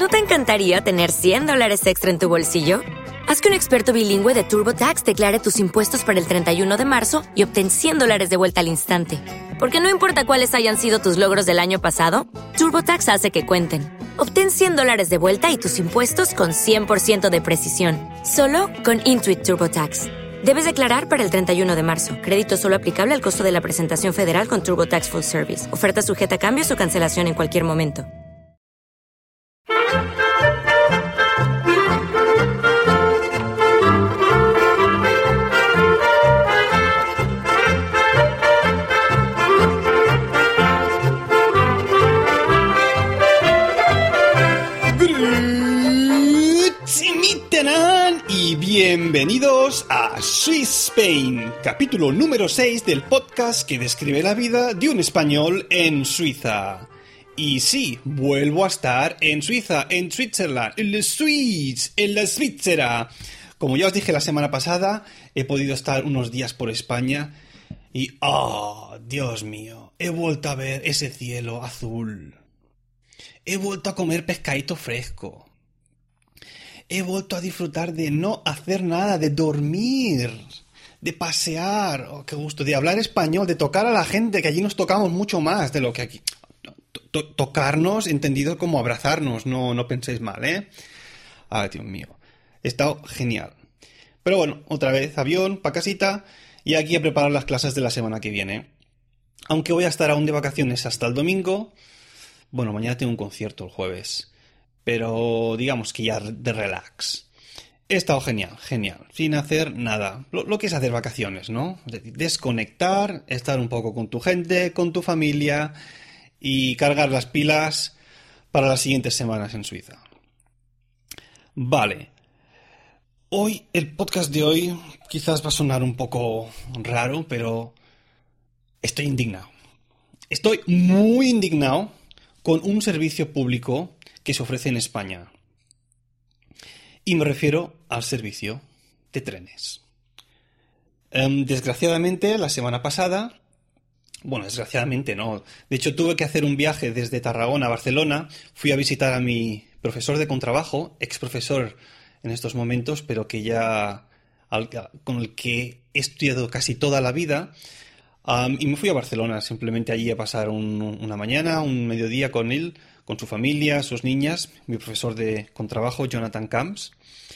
¿No te encantaría tener $100 extra en tu bolsillo? Haz que un experto bilingüe de TurboTax declare tus impuestos para el 31 de marzo y obtén $100 de vuelta al instante. Porque no importa cuáles hayan sido tus logros del año pasado, TurboTax hace que cuenten. Obtén $100 de vuelta y tus impuestos con 100% de precisión. Solo con Intuit TurboTax. Debes declarar para el 31 de marzo. Crédito solo aplicable al costo de la presentación federal con TurboTax Full Service. Oferta sujeta a cambios o cancelación en cualquier momento. Y bienvenidos a Swiss Spain, capítulo número 6 del podcast que describe la vida de un español en Suiza. Y sí, vuelvo a estar en Suiza, en Switzerland, en la Suisse, en la Svizzera. Como ya os dije la semana pasada, he podido estar unos días por España y ¡oh, Dios mío! He vuelto a ver ese cielo azul. He vuelto a comer pescadito fresco. He vuelto a disfrutar de no hacer nada, de dormir, de pasear, oh, qué gusto, de hablar español, de tocar a la gente, que allí nos tocamos mucho más de lo que aquí. Tocarnos, entendido como abrazarnos, no penséis mal, ¿eh? Ay, Dios mío, he estado genial. Pero bueno, otra vez, avión, pa' casita, y aquí a preparar las clases de la semana que viene. Aunque voy a estar aún de vacaciones hasta el domingo, bueno, mañana tengo un concierto el jueves. Pero digamos que ya de relax. He estado genial, sin hacer nada. Lo que es hacer vacaciones, ¿no? Desconectar, estar un poco con tu gente, con tu familia y cargar las pilas para las siguientes semanas en Suiza. Vale. Hoy, el podcast de hoy quizás va a sonar un poco raro, pero estoy indignado. Estoy muy indignado con un servicio público que se ofrece en España. Y me refiero al servicio de trenes. Desgraciadamente, la semana pasada... Bueno, desgraciadamente no. De hecho, tuve que hacer un viaje desde Tarragona a Barcelona. Fui a visitar a mi profesor de contrabajo, ex profesor en estos momentos, pero que ya con el que he estudiado casi toda la vida. Y me fui a Barcelona, simplemente allí a pasar una mañana, un mediodía con él, con su familia, sus niñas, mi profesor de contrabajo, Jonathan Camps.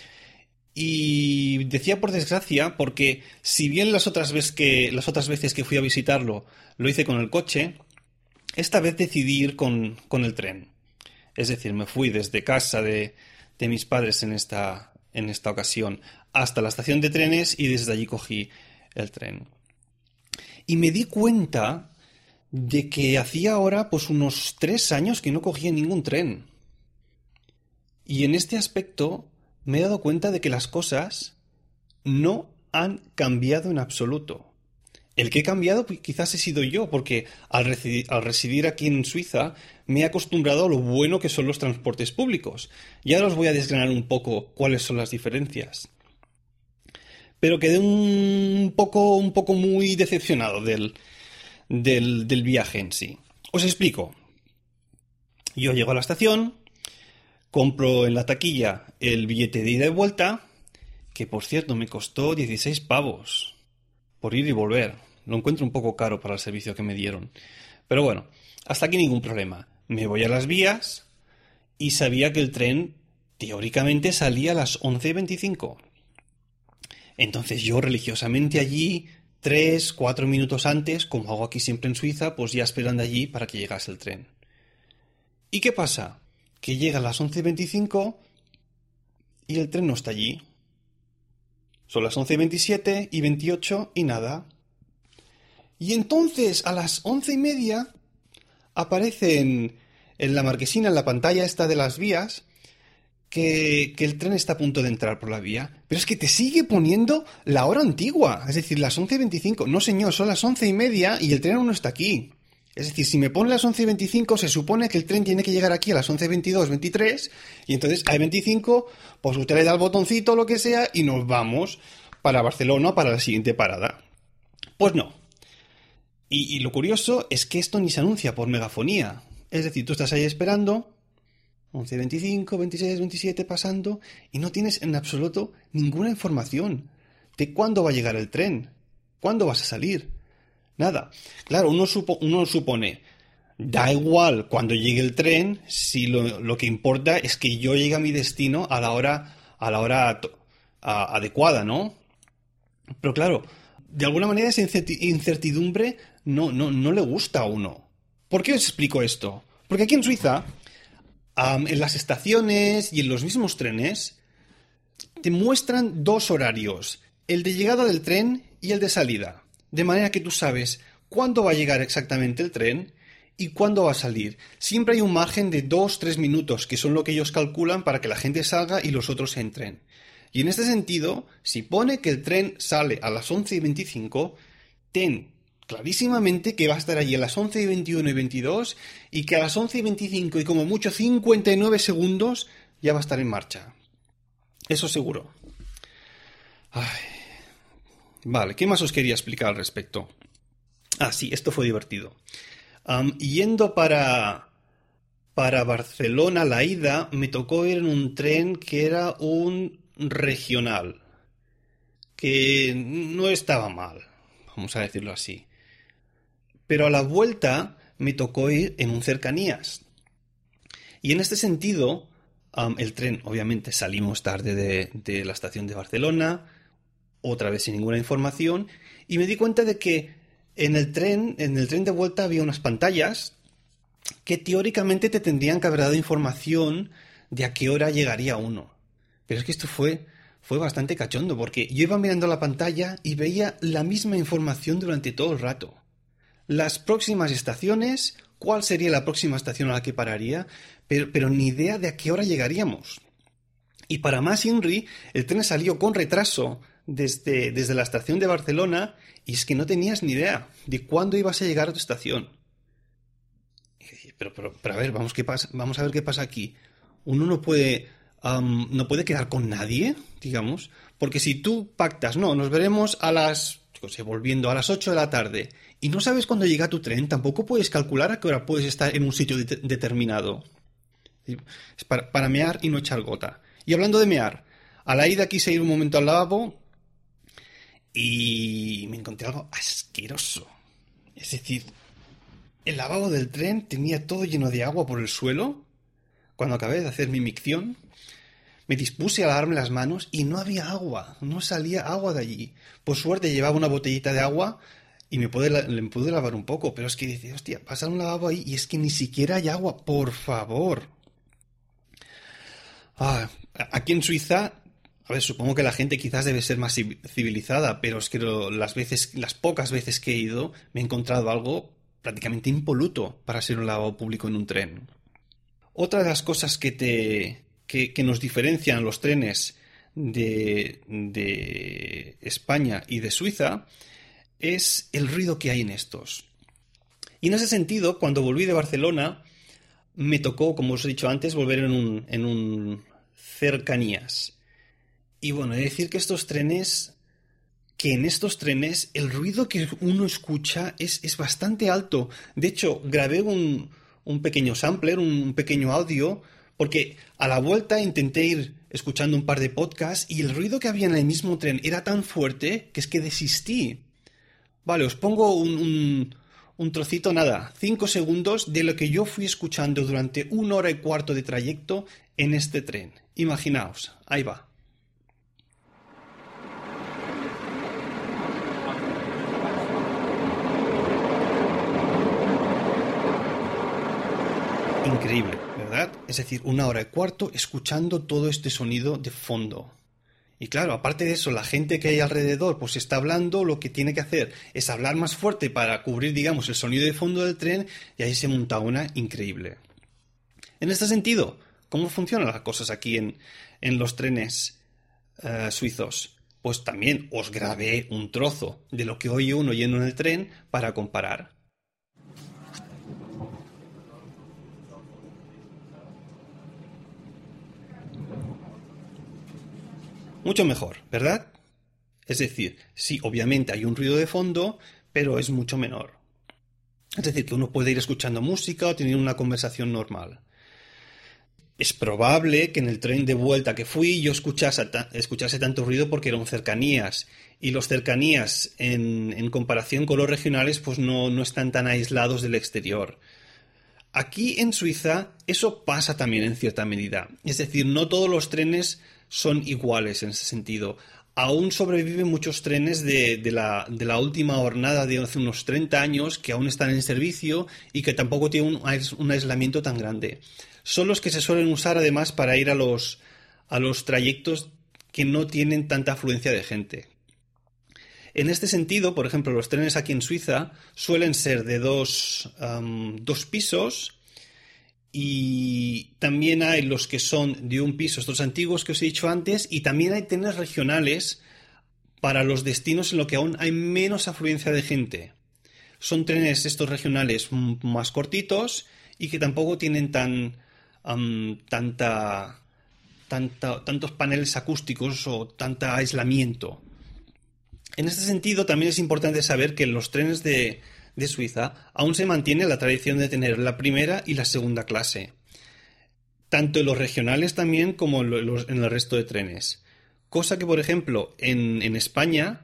Y decía por desgracia, porque si bien las otras veces que fui a visitarlo lo hice con el coche, esta vez decidí ir con el tren. Es decir, me fui desde casa de mis padres en esta ocasión hasta la estación de trenes y desde allí cogí el tren. Y me di cuenta de que hacía ahora pues unos 3 años que no cogía ningún tren. Y en este aspecto me he dado cuenta de que las cosas no han cambiado en absoluto. El que he cambiado pues, quizás he sido yo, porque al residir aquí en Suiza me he acostumbrado a lo bueno que son los transportes públicos. Y ahora os voy a desgranar un poco cuáles son las diferencias. Pero quedé un poco muy decepcionado del viaje en sí. Os explico. Yo llego a la estación, compro en la taquilla el billete de ida y vuelta, que por cierto me costó 16 pavos por ir y volver. Lo encuentro un poco caro para el servicio que me dieron. Pero bueno, hasta aquí ningún problema. Me voy a las vías y sabía que el tren teóricamente salía a las 11:25. Entonces yo religiosamente allí, 3-4 minutos antes, como hago aquí siempre en Suiza, pues ya esperando allí para que llegase el tren. ¿Y qué pasa? Que llega a las 11:25 y el tren no está allí. Son las 11:27 y 28 y nada. Y entonces a las 11:30 aparece en la marquesina, en la pantalla esta de las vías, que el tren está a punto de entrar por la vía, pero es que te sigue poniendo la hora antigua, es decir, las 11:25. No, señor, son las 11:30 y el tren aún no está aquí. Es decir, si me pone las 11:25, se supone que el tren tiene que llegar aquí a las 11:22, 23, y entonces a 25, pues usted le da el botoncito o lo que sea y nos vamos para Barcelona para la siguiente parada. Pues no. Y lo curioso es que esto ni se anuncia por megafonía. Es decir, tú estás ahí esperando 11:25, 26, 27 pasando y no tienes en absoluto ninguna información de cuándo va a llegar el tren, cuándo vas a salir. Nada. Claro, uno supone, da igual cuando llegue el tren, si lo que importa es que yo llegue a mi destino a la hora adecuada, ¿no? Pero claro, de alguna manera esa incertidumbre no le gusta a uno. ¿Por qué os explico esto? Porque aquí en Suiza, en las estaciones y en los mismos trenes, te muestran dos horarios, el de llegada del tren y el de salida. De manera que tú sabes cuándo va a llegar exactamente el tren y cuándo va a salir. Siempre hay un margen de 2-3 minutos, que son lo que ellos calculan para que la gente salga y los otros entren. Y en este sentido, si pone que el tren sale a las 11:25, ten clarísimamente que va a estar allí a las 11:21 y 22 y que a las 11:25 y como mucho 59 segundos ya va a estar en marcha. Eso seguro. Ay. Vale, ¿qué más os quería explicar al respecto? Ah, sí, esto fue divertido. Yendo para Barcelona, la ida, me tocó ir en un tren que era un regional, que no estaba mal, vamos a decirlo así. Pero a la vuelta me tocó ir en un cercanías. Y en este sentido, el tren, obviamente, salimos tarde de la estación de Barcelona, otra vez sin ninguna información, y me di cuenta de que en el tren de vuelta había unas pantallas que teóricamente te tendrían que haber dado información de a qué hora llegaría uno. Pero es que esto fue bastante cachondo, porque yo iba mirando la pantalla y veía la misma información durante todo el rato. Las próximas estaciones, cuál sería la próxima estación a la que pararía, pero ni idea de a qué hora llegaríamos. Y para más Inri, el tren salió con retraso desde la estación de Barcelona y es que no tenías ni idea de cuándo ibas a llegar a tu estación. Pero a ver, vamos a ver qué pasa aquí. Uno no puede quedar con nadie, digamos, porque si tú pactas, no, nos veremos volviendo a las 8 de la tarde y no sabes cuándo llega tu tren, tampoco puedes calcular a qué hora puedes estar en un sitio determinado. Es para mear y no echar gota. Y hablando de mear, a la ida quise ir un momento al lavabo y me encontré algo asqueroso. Es decir, el lavabo del tren tenía todo lleno de agua por el suelo. Cuando acabé de hacer mi micción, me dispuse a lavarme las manos y no había agua, no salía agua de allí. Por suerte llevaba una botellita de agua y me pude lavar un poco, pero es que dice, hostia, pasa un lavabo ahí y es que ni siquiera hay agua, por favor. Aquí en Suiza, a ver, supongo que la gente quizás debe ser más civilizada, pero es que las pocas veces que he ido me he encontrado algo prácticamente impoluto para ser un lavabo público en un tren. Otra de las cosas que nos diferencian los trenes de España y de Suiza es el ruido que hay en estos. Y en ese sentido, cuando volví de Barcelona, me tocó, como os he dicho antes, volver en un cercanías. Y bueno, he de decir que en estos trenes el ruido que uno escucha es bastante alto. De hecho, grabé un pequeño sampler, un pequeño audio, porque a la vuelta intenté ir escuchando un par de podcasts y el ruido que había en el mismo tren era tan fuerte que es que desistí. Vale, os pongo un trocito, 5 segundos de lo que yo fui escuchando durante 1 hora y cuarto de trayecto en este tren. Imaginaos, ahí va. Increíble, ¿verdad? Es decir, 1 hora y cuarto escuchando todo este sonido de fondo. Y claro, aparte de eso, la gente que hay alrededor pues está hablando, lo que tiene que hacer es hablar más fuerte para cubrir, digamos, el sonido de fondo del tren y ahí se monta una increíble. En este sentido, ¿cómo funcionan las cosas aquí en los trenes suizos? Pues también os grabé un trozo de lo que oye uno yendo en el tren para comparar. Mucho mejor, ¿verdad? Es decir, sí, obviamente hay un ruido de fondo, pero es mucho menor. Es decir, que uno puede ir escuchando música o tener una conversación normal. Es probable que en el tren de vuelta que fui yo escuchase tanto ruido porque eran cercanías. Y los cercanías, en comparación con los regionales, pues no están tan aislados del exterior. Aquí en Suiza eso pasa también en cierta medida. Es decir, no todos los trenes son iguales en ese sentido. Aún sobreviven muchos trenes de la última hornada de hace unos 30 años que aún están en servicio y que tampoco tienen un aislamiento tan grande. Son los que se suelen usar además para ir a los trayectos que no tienen tanta afluencia de gente. En este sentido, por ejemplo, los trenes aquí en Suiza suelen ser de dos pisos, y también hay los que son de un piso, estos antiguos que os he dicho antes, y también hay trenes regionales para los destinos en los que aún hay menos afluencia de gente. Son trenes estos regionales más cortitos y que tampoco tienen tantos paneles acústicos o tanto aislamiento. En este sentido, también es importante saber que en los trenes de Suiza aún se mantiene la tradición de tener la primera y la segunda clase, tanto en los regionales también como en el resto de trenes. Cosa que, por ejemplo, en España,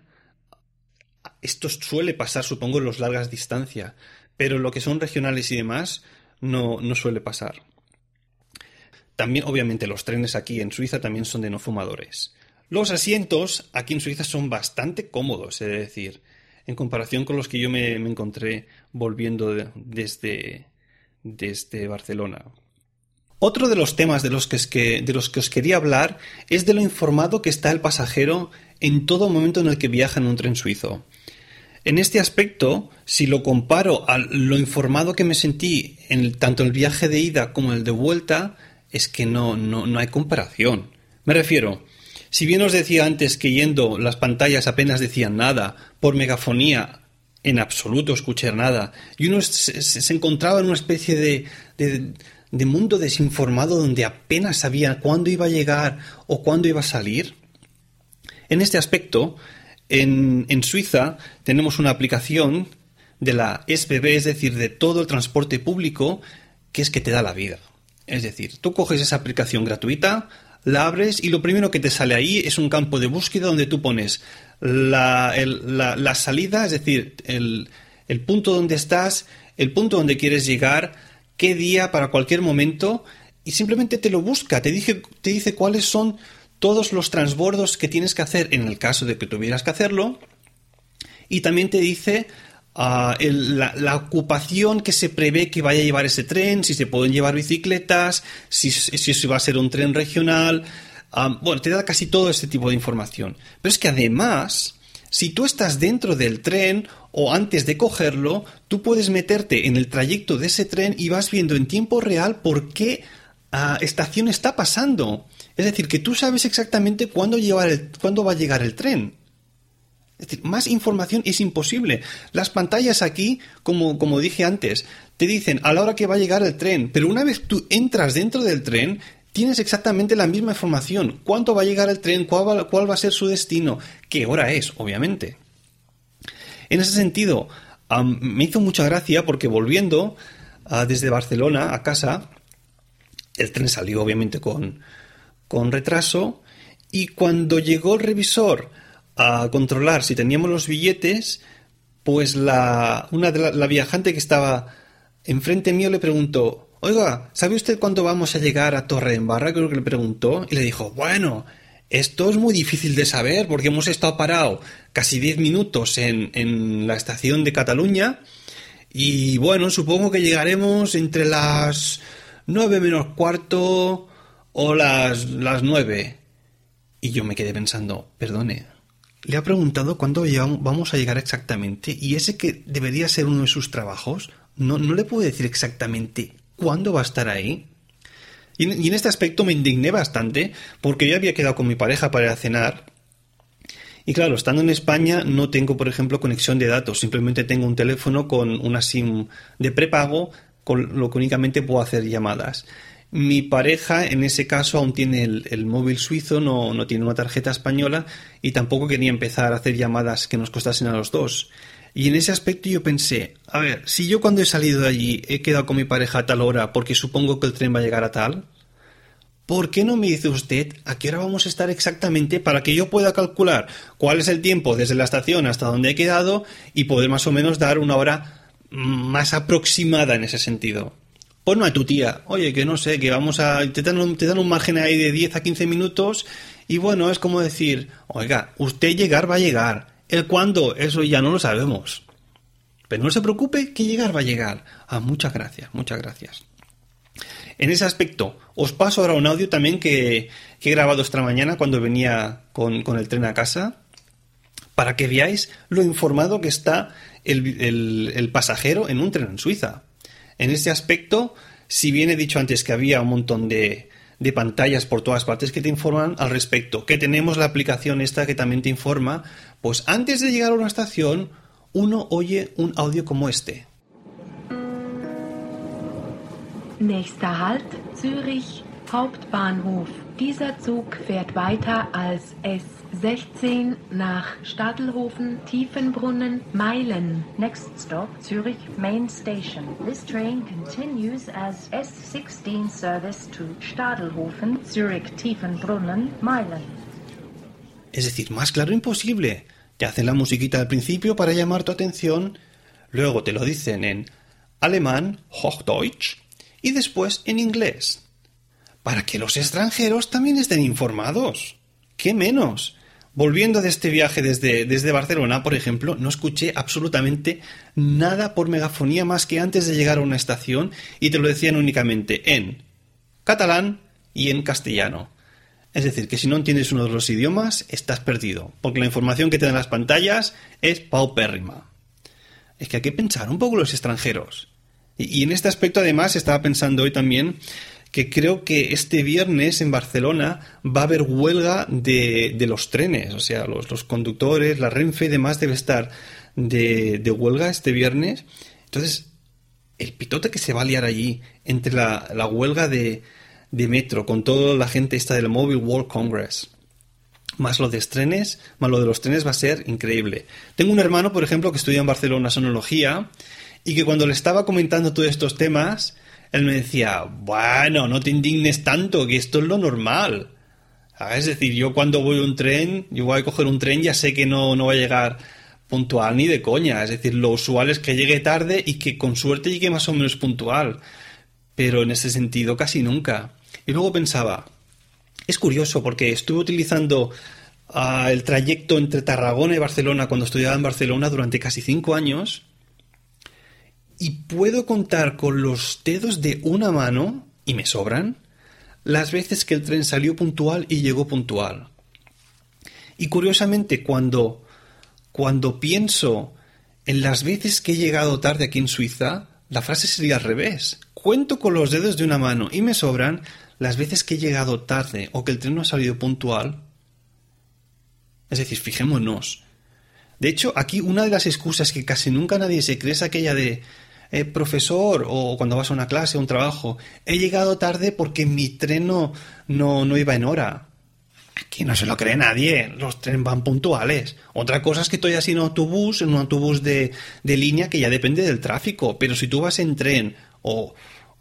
esto suele pasar, supongo, en las largas distancias, pero lo que son regionales y demás no suele pasar. También, obviamente, los trenes aquí en Suiza también son de no fumadores. Los asientos aquí en Suiza son bastante cómodos, es decir, en comparación con los que yo me encontré volviendo desde Barcelona. Otro de los temas de los que os quería hablar es de lo informado que está el pasajero en todo momento en el que viaja en un tren suizo. En este aspecto, si lo comparo a lo informado que me sentí tanto en el viaje de ida como en el de vuelta, es que no hay comparación. Me refiero, si bien os decía antes que yendo las pantallas apenas decían nada, por megafonía en absoluto escuché nada, y uno se encontraba en una especie de mundo desinformado donde apenas sabía cuándo iba a llegar o cuándo iba a salir. En este aspecto, en Suiza tenemos una aplicación de la SBB, es decir, de todo el transporte público, que es que te da la vida. Es decir, tú coges esa aplicación gratuita, la abres y lo primero que te sale ahí es un campo de búsqueda donde tú pones la salida, es decir, el punto donde estás, el punto donde quieres llegar, qué día, para cualquier momento, y simplemente te lo busca, te dice cuáles son todos los transbordos que tienes que hacer en el caso de que tuvieras que hacerlo, y también te dice la ocupación que se prevé que vaya a llevar ese tren, si se pueden llevar bicicletas, si va a ser un tren regional. Bueno, te da casi todo este tipo de información. Pero es que además, si tú estás dentro del tren o antes de cogerlo, tú puedes meterte en el trayecto de ese tren y vas viendo en tiempo real por qué estación está pasando. Es decir, que tú sabes exactamente cuándo va a llegar el tren. Es decir, más información es imposible. Las pantallas aquí, como dije antes, te dicen a la hora que va a llegar el tren, pero una vez tú entras dentro del tren, tienes exactamente la misma información. ¿Cuánto va a llegar el tren? ¿Cuál va a ser su destino? ¿Qué hora es? Obviamente. En ese sentido, me hizo mucha gracia porque volviendo desde Barcelona a casa, el tren salió obviamente con retraso, y cuando llegó el revisor a controlar si teníamos los billetes, pues la viajante que estaba enfrente mío le preguntó: oiga, ¿sabe usted cuándo vamos a llegar a Torredembarra? Creo que le preguntó, y le dijo: bueno, esto es muy difícil de saber porque hemos estado parados casi 10 minutos en la estación de Cataluña, y bueno, supongo que llegaremos entre las 9 menos cuarto o las 9. Y yo me quedé pensando, perdone, le ha preguntado cuándo vamos a llegar exactamente, y ese que debería ser uno de sus trabajos, no le puede decir exactamente cuándo va a estar ahí. Y en este aspecto me indigné bastante, porque yo había quedado con mi pareja para ir a cenar, y claro, estando en España no tengo, por ejemplo, conexión de datos, simplemente tengo un teléfono con una SIM de prepago, con lo que únicamente puedo hacer llamadas. Mi pareja, en ese caso, aún tiene el móvil suizo, no tiene una tarjeta española, y tampoco quería empezar a hacer llamadas que nos costasen a los dos. Y en ese aspecto yo pensé, a ver, si yo cuando he salido de allí he quedado con mi pareja a tal hora porque supongo que el tren va a llegar a tal, ¿por qué no me dice usted a qué hora vamos a estar exactamente para que yo pueda calcular cuál es el tiempo desde la estación hasta donde he quedado y poder más o menos dar una hora más aproximada en ese sentido? Ponme a tu tía, oye, que no sé, que vamos a... Te dan un margen ahí de 10 a 15 minutos y bueno, es como decir, oiga, usted llegar va a llegar. ¿El cuándo? Eso ya no lo sabemos. Pero no se preocupe, que llegar va a llegar. Muchas gracias, muchas gracias. En ese aspecto, os paso ahora un audio también que he grabado esta mañana cuando venía con el tren a casa, para que veáis lo informado que está el pasajero en un tren en Suiza. En este aspecto, si bien he dicho antes que había un montón de pantallas por todas partes que te informan al respecto, que tenemos la aplicación esta que también te informa, pues antes de llegar a una estación, uno oye un audio como este. Nächster Halt, Zürich Hauptbahnhof. Dieser Zug fährt weiter als S16 nach Stadelhofen, Tiefenbrunnen, Meilen. Next stop, Zürich Main Station. This train continues as S16 service to Stadelhofen, Zürich, Tiefenbrunnen, Meilen. Es decir, más claro imposible. Te hacen la musiquita al principio para llamar tu atención, luego te lo dicen en alemán, Hochdeutsch, y después en inglés, para que los extranjeros también estén informados. ¿Qué menos? Volviendo de este viaje desde Barcelona, por ejemplo, no escuché absolutamente nada por megafonía más que antes de llegar a una estación y te lo decían únicamente en catalán y en castellano. Es decir, que si no entiendes uno de los idiomas, estás perdido, porque la información que te dan las pantallas es paupérrima. Es que hay que pensar un poco los extranjeros. Y en este aspecto, además, estaba pensando hoy también que creo que este viernes en Barcelona va a haber huelga de los trenes. O sea, los conductores, la Renfe y demás debe estar de huelga este viernes. Entonces, el pitote que se va a liar allí entre la huelga de metro, con toda la gente esta del Mobile World Congress, más lo de trenes, más lo de los trenes, va a ser increíble. Tengo un hermano, por ejemplo, que estudia en Barcelona sonología, y que cuando le estaba comentando todos estos temas, él me decía, bueno, no te indignes tanto, que esto es lo normal. Es decir, yo cuando voy a coger un tren, ya sé que no va a llegar puntual ni de coña. Es decir, lo usual es que llegue tarde y que con suerte llegue más o menos puntual. Pero en ese sentido casi nunca. Y luego pensaba, es curioso porque estuve utilizando el trayecto entre Tarragona y Barcelona cuando estudiaba en Barcelona durante casi 5 años, y puedo contar con los dedos de una mano, y me sobran, las veces que el tren salió puntual y llegó puntual. Y curiosamente, cuando pienso en las veces que he llegado tarde aquí en Suiza, la frase sería al revés. Cuento con los dedos de una mano y me sobran las veces que he llegado tarde o que el tren no ha salido puntual. Es decir, fijémonos. De hecho, aquí una de las excusas que casi nunca nadie se cree es aquella de profesor, o cuando vas a una clase o un trabajo, he llegado tarde porque mi tren no iba en hora. Aquí no se lo cree nadie, los trenes van puntuales. Otra cosa es que estoy así en un autobús de línea que ya depende del tráfico, pero si tú vas en tren o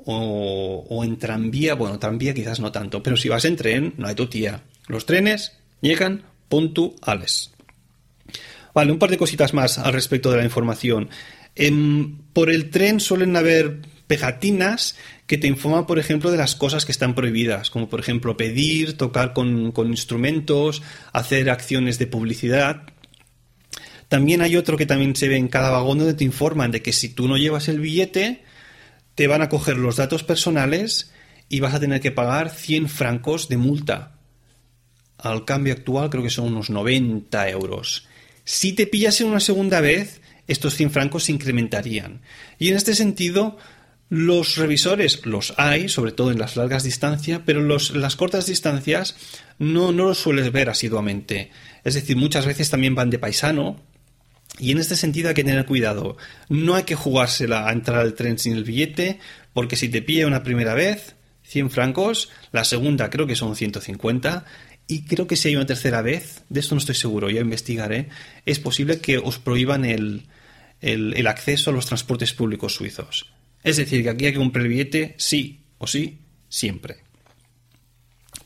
en tranvía, bueno, tranvía quizás no tanto, pero si vas en tren, no hay tu tía. Los trenes llegan puntuales. Vale, un par de cositas más al respecto de la información. Por el tren suelen haber pegatinas que te informan, por ejemplo, de las cosas que están prohibidas, como por ejemplo pedir, tocar con instrumentos, hacer acciones de publicidad. También hay otro que también se ve en cada vagón donde te informan de que si tú no llevas el billete, te van a coger los datos personales y vas a tener que pagar 100 francos de multa. Al cambio actual creo que son unos 90 euros. Si te pillas en una segunda vez, estos 100 francos se incrementarían. Y en este sentido, los revisores los hay, sobre todo en las largas distancias, pero las cortas distancias no los sueles ver asiduamente. Es decir, muchas veces también van de paisano. Y en este sentido hay que tener cuidado. No hay que jugársela a entrar al tren sin el billete, porque si te pilla una primera vez, 100 francos, la segunda creo que son 150, y creo que si hay una tercera vez, de esto no estoy seguro, ya investigaré, es posible que os prohíban el acceso a los transportes públicos suizos. Es decir, que aquí hay que comprar el billete sí o sí, siempre.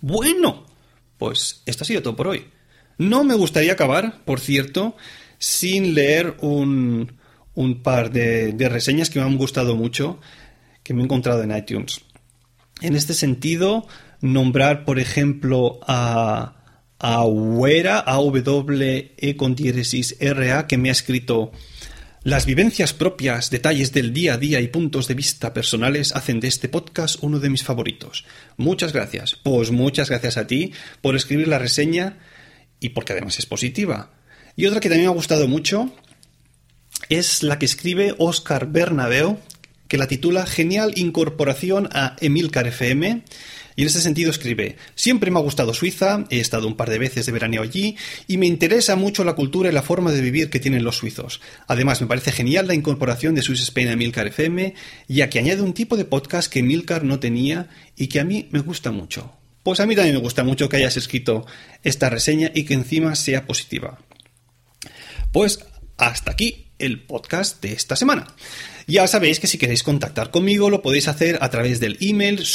Bueno, pues esto ha sido todo por hoy. No me gustaría acabar, por cierto, sin leer un par de reseñas que me han gustado mucho, que me he encontrado en iTunes. En este sentido, nombrar, por ejemplo, a Wera, A-W-E con diéresis R-A, que me ha escrito: las vivencias propias, detalles del día a día y puntos de vista personales hacen de este podcast uno de mis favoritos. Muchas gracias. Pues muchas gracias a ti por escribir la reseña y porque además es positiva. Y otra que también me ha gustado mucho es la que escribe Óscar Bernabeu, que la titula Genial incorporación a Emilcar FM. Y en ese sentido escribe: siempre me ha gustado Suiza, he estado un par de veces de veraneo allí y me interesa mucho la cultura y la forma de vivir que tienen los suizos. Además, me parece genial la incorporación de Swiss Spain a Emilcar FM, ya que añade un tipo de podcast que Emilcar no tenía y que a mí me gusta mucho. Pues a mí también me gusta mucho que hayas escrito esta reseña y que encima sea positiva. Pues hasta aquí el podcast de esta semana. Ya sabéis que si queréis contactar conmigo lo podéis hacer a través del email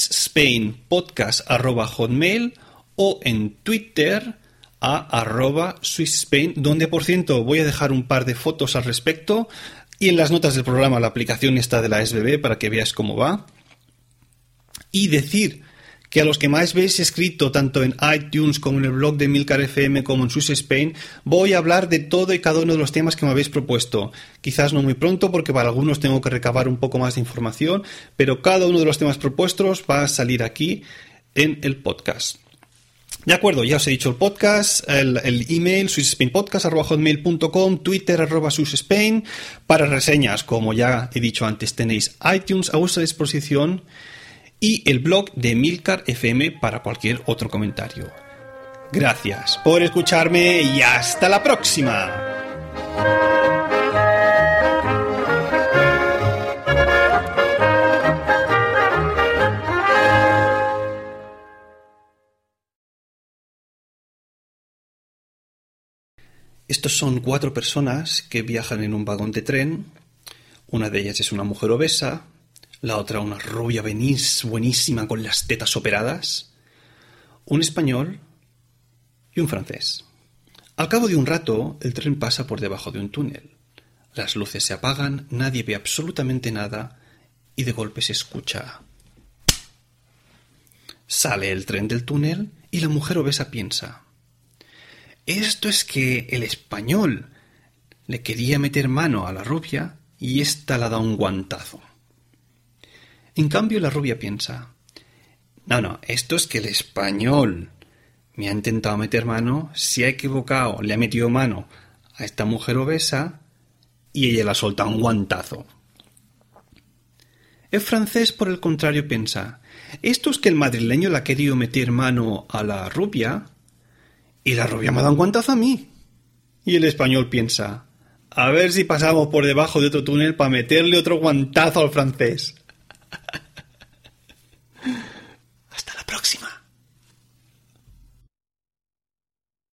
swissspainpodcast@hotmail o en Twitter a @swissspain, donde por cierto voy a dejar un par de fotos al respecto, y en las notas del programa la aplicación está de la SBB para que veáis cómo va. Y decir que a los que más veis escrito tanto en iTunes como en el blog de Emilcar FM como en Swiss Spain, voy a hablar de todo y cada uno de los temas que me habéis propuesto. Quizás no muy pronto porque para algunos tengo que recabar un poco más de información, pero cada uno de los temas propuestos va a salir aquí en el podcast. De acuerdo, ya os he dicho el podcast, el email swissspainpodcast@hotmail.com, Twitter @swissspain. Para reseñas, como ya he dicho antes, tenéis iTunes a vuestra disposición y el blog de Emilcar FM para cualquier otro comentario. Gracias por escucharme y hasta la próxima. Estos son 4 personas que viajan en un vagón de tren. Una de ellas es una mujer obesa, la otra una rubia buenísima con las tetas operadas, un español y un francés. Al cabo de un rato, el tren pasa por debajo de un túnel. Las luces se apagan, nadie ve absolutamente nada y de golpe se escucha. Sale el tren del túnel y la mujer obesa piensa: esto es que el español le quería meter mano a la rubia y ésta la da un guantazo. En cambio, la rubia piensa: no, esto es que el español me ha intentado meter mano, se ha equivocado, le ha metido mano a esta mujer obesa y ella le ha soltado un guantazo. El francés, por el contrario, piensa: esto es que el madrileño le ha querido meter mano a la rubia y la rubia me ha dado un guantazo a mí. Y el español piensa: a ver si pasamos por debajo de otro túnel para meterle otro guantazo al francés.